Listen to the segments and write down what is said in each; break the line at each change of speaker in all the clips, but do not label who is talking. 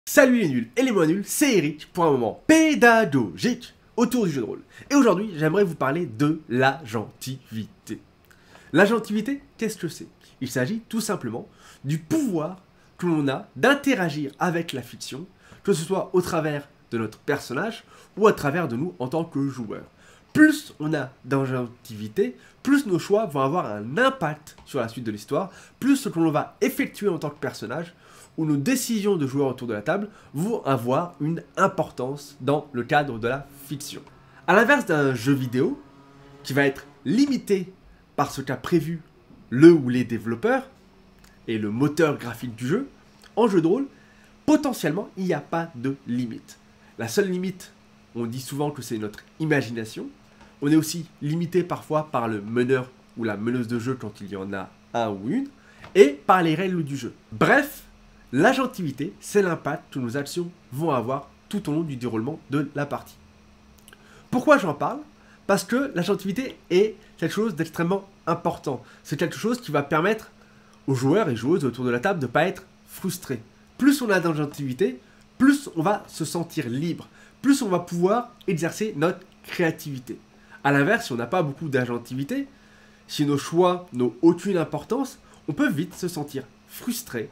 Salut les nuls et les moins nuls, c'est Eric pour un moment pédagogique autour du jeu de rôle. Et aujourd'hui, j'aimerais vous parler de l'agentivité. L'agentivité, qu'est-ce que c'est? Il s'agit tout simplement du pouvoir que l'on a d'interagir avec la fiction, que ce soit au travers de notre personnage ou à travers de nous en tant que joueurs. Plus on a d'agentivité, plus nos choix vont avoir un impact sur la suite de l'histoire, plus ce que l'on va effectuer en tant que personnage, où nos décisions de joueurs autour de la table vont avoir une importance dans le cadre de la fiction. A l'inverse d'un jeu vidéo, qui va être limité par ce qu'a prévu le ou les développeurs, et le moteur graphique du jeu, en jeu de rôle, potentiellement, il n'y a pas de limite. La seule limite, on dit souvent que c'est notre imagination. On est aussi limité parfois par le meneur ou la meneuse de jeu quand il y en a un ou une, et par les règles du jeu. Bref, l'agentivité, c'est l'impact que nos actions vont avoir tout au long du déroulement de la partie. Pourquoi j'en parle? Parce que l'agentivité est quelque chose d'extrêmement important. C'est quelque chose qui va permettre aux joueurs et joueuses autour de la table de ne pas être frustrés. Plus on a d'agentivité, plus on va se sentir libre, plus on va pouvoir exercer notre créativité. A l'inverse, si on n'a pas beaucoup d'agentivité, si nos choix n'ont aucune importance, on peut vite se sentir frustré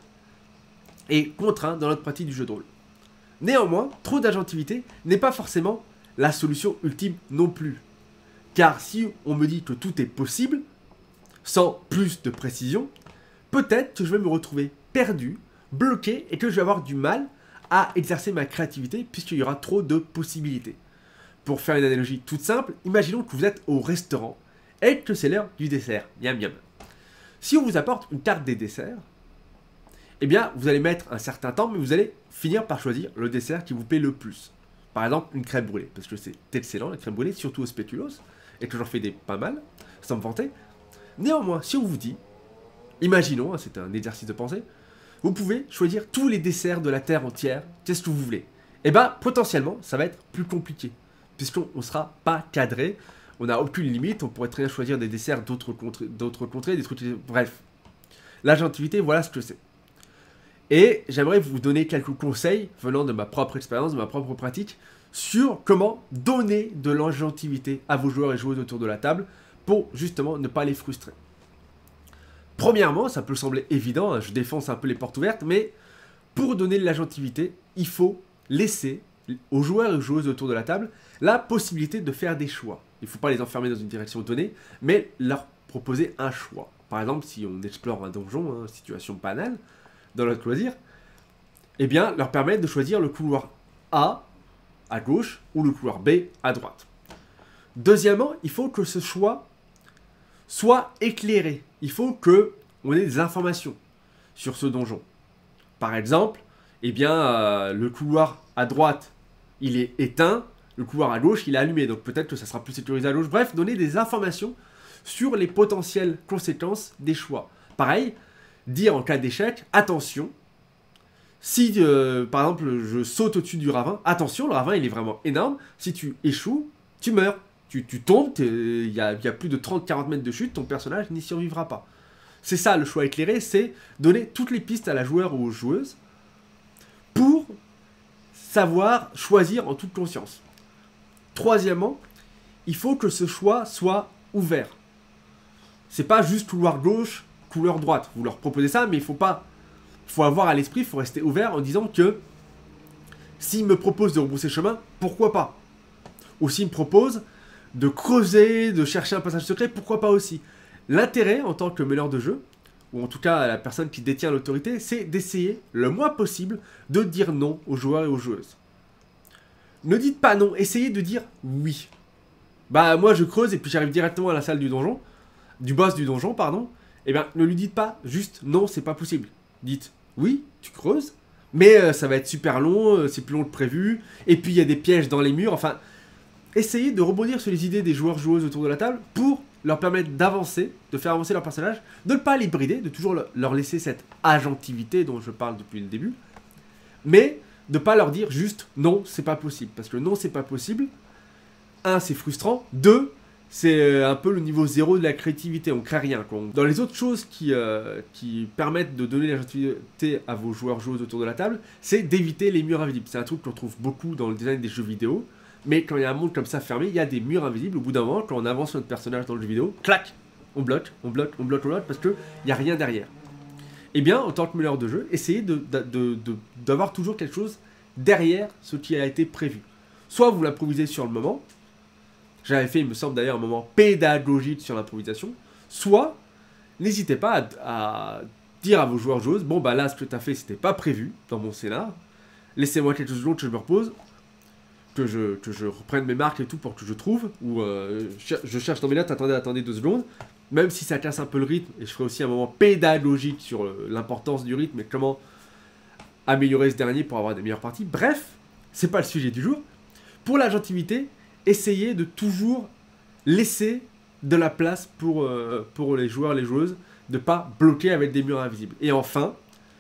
et contraint dans notre pratique du jeu de rôle. Néanmoins, trop d'agentivité n'est pas forcément la solution ultime non plus. Car si on me dit que tout est possible, sans plus de précision, peut-être que je vais me retrouver perdu, bloqué et que je vais avoir du mal à exercer ma créativité puisqu'il y aura trop de possibilités. Pour faire une analogie toute simple, imaginons que vous êtes au restaurant et que c'est l'heure du dessert. Miam miam. Si on vous apporte une carte des desserts, eh bien, vous allez mettre un certain temps, mais vous allez finir par choisir le dessert qui vous plaît le plus. Par exemple, une crème brûlée, parce que c'est excellent, la crème brûlée, surtout au spéculoos, et que j'en fais des pas mal, sans me vanter. Néanmoins, si on vous dit, imaginons, c'est un exercice de pensée, vous pouvez choisir tous les desserts de la Terre entière, qu'est-ce que vous voulez. Eh bien, potentiellement, ça va être plus compliqué, puisqu'on ne sera pas cadré, on n'a aucune limite, on pourrait très bien choisir des desserts d'autres contrées, des trucs... Bref, l'agentivité, voilà ce que c'est. Et j'aimerais vous donner quelques conseils venant de ma propre expérience, de ma propre pratique, sur comment donner de l'agentivité à vos joueurs et joueuses autour de la table pour justement ne pas les frustrer. Premièrement, ça peut sembler évident, hein, je défonce un peu les portes ouvertes, mais pour donner de l'agentivité, il faut laisser aux joueurs et aux joueuses autour de la table la possibilité de faire des choix. Il ne faut pas les enfermer dans une direction donnée, mais leur proposer un choix. Par exemple, si on explore un donjon, hein, situation banale, dans notre loisir, eh bien, leur permettre de choisir le couloir A à gauche ou le couloir B à droite. Deuxièmement, il faut que ce choix soit éclairé. Il faut qu'on ait des informations sur ce donjon. Par exemple, eh bien, le couloir à droite, il est éteint, le couloir à gauche, il est allumé, donc peut-être que ça sera plus sécurisé à gauche. Bref, donner des informations sur les potentielles conséquences des choix. Pareil, dire en cas d'échec, attention, si par exemple je saute au-dessus du ravin, attention, le ravin il est vraiment énorme, si tu échoues, tu meurs, tu tombes, il y a plus de 30-40 mètres de chute, ton personnage n'y survivra pas. C'est ça le choix éclairé, c'est donner toutes les pistes à la joueur ou aux joueuses pour savoir choisir en toute conscience. Troisièmement, il faut que ce choix soit ouvert. C'est pas juste couloir gauche, couleur droite. Vous leur proposez ça, mais il faut avoir à l'esprit, il faut rester ouvert en disant que s'ils me proposent de rebrousser chemin, pourquoi pas? Ou s'ils me proposent de creuser, de chercher un passage secret, pourquoi pas aussi? L'intérêt en tant que meneur de jeu, ou en tout cas la personne qui détient l'autorité, c'est d'essayer le moins possible de dire non aux joueurs et aux joueuses. Ne dites pas non, essayez de dire oui. Bah moi je creuse et puis j'arrive directement à la salle du donjon, du boss du donjon, pardon. Eh bien, ne lui dites pas juste non, c'est pas possible. Dites oui, tu creuses, mais ça va être super long, c'est plus long que prévu, et puis il y a des pièges dans les murs. Enfin, essayez de rebondir sur les idées des joueurs-joueuses autour de la table pour leur permettre d'avancer, de faire avancer leur personnage, de ne pas les brider, de toujours leur laisser cette agentivité dont je parle depuis le début, mais de ne pas leur dire juste non, c'est pas possible. Parce que non, c'est pas possible. 1, c'est frustrant. 2, c'est un peu le niveau zéro de la créativité, on crée rien, quoi. Dans les autres choses qui permettent de donner l'agentivité à vos joueurs-joueuses autour de la table, c'est d'éviter les murs invisibles. C'est un truc qu'on trouve beaucoup dans le design des jeux vidéo, mais quand il y a un monde comme ça fermé, il y a des murs invisibles. Au bout d'un moment, quand on avance notre personnage dans le jeu vidéo, clac, on bloque, parce qu'il n'y a rien derrière. Eh bien, en tant que meneur de jeu, essayez d'avoir toujours quelque chose derrière ce qui a été prévu. Soit vous l'improvisez sur le moment, j'avais fait, il me semble d'ailleurs, un moment pédagogique sur l'improvisation, soit n'hésitez pas à dire à vos joueurs-joueuses, bon bah là ce que tu as fait c'était pas prévu dans mon scénar, laissez-moi quelques secondes que je me repose, que je reprenne mes marques et tout pour que je trouve, ou je cherche dans mes notes, attendez 2 secondes, même si ça casse un peu le rythme, et je ferai aussi un moment pédagogique sur l'importance du rythme et comment améliorer ce dernier pour avoir des meilleures parties. Bref, c'est pas le sujet du jour. Pour l'agentivité, essayez de toujours laisser de la place pour les joueurs, les joueuses, de ne pas bloquer avec des murs invisibles. Et enfin,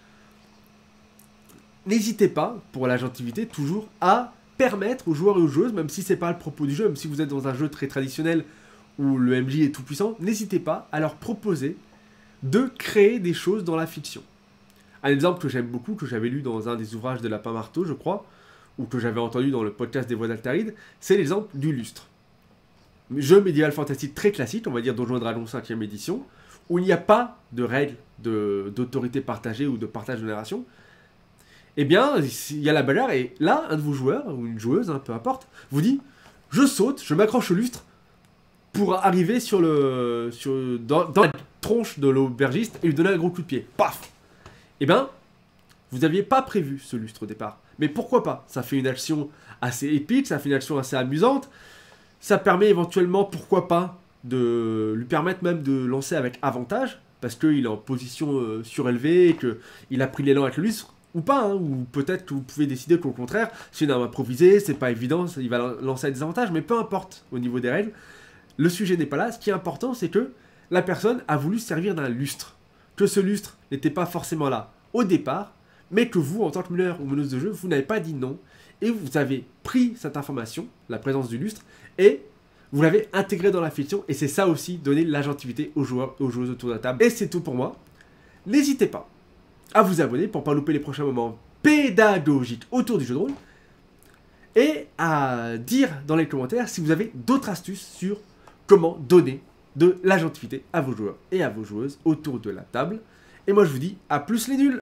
n'hésitez pas, pour l'agentivité, toujours à permettre aux joueurs et aux joueuses, même si c'est pas le propos du jeu, même si vous êtes dans un jeu très traditionnel où le MJ est tout puissant, n'hésitez pas à leur proposer de créer des choses dans la fiction. Un exemple que j'aime beaucoup, que j'avais lu dans un des ouvrages de Lapin Marteau, je crois, ou que j'avais entendu dans le podcast des Voix d'Altaride, c'est l'exemple du lustre. Jeu médiéval fantastique très classique, on va dire Donjons et Dragons 5e édition, où il n'y a pas de règles d'autorité partagée ou de partage de narration. Eh bien, il y a la bagarre, et là, un de vos joueurs, ou une joueuse, peu importe, vous dit « Je saute, je m'accroche au lustre pour arriver dans la tronche de l'aubergiste et lui donner un gros coup de pied. » Paf. Eh bien, vous n'aviez pas prévu ce lustre au départ. Mais pourquoi pas? Ça fait une action assez épique, ça fait une action assez amusante. Ça permet éventuellement, pourquoi pas, de lui permettre même de lancer avec avantage, parce qu'il est en position surélevée et qu'il a pris l'élan avec le lustre, ou pas, hein, ou peut-être que vous pouvez décider qu'au contraire, c'est une arme improvisée, c'est pas évident, il va lancer avec des avantages, mais peu importe au niveau des règles. Le sujet n'est pas là, ce qui est important, c'est que la personne a voulu servir d'un lustre. Que ce lustre n'était pas forcément là au départ, mais que vous, en tant que meneur ou meneuse de jeu, vous n'avez pas dit non, et vous avez pris cette information, la présence du lustre, et vous l'avez intégré dans la fiction, et c'est ça aussi, donner l'agentivité aux joueurs et aux joueuses autour de la table. Et c'est tout pour moi. N'hésitez pas à vous abonner pour ne pas louper les prochains moments pédagogiques autour du jeu de rôle, et à dire dans les commentaires si vous avez d'autres astuces sur comment donner de l'agentivité à vos joueurs et à vos joueuses autour de la table. Et moi je vous dis à plus les nuls!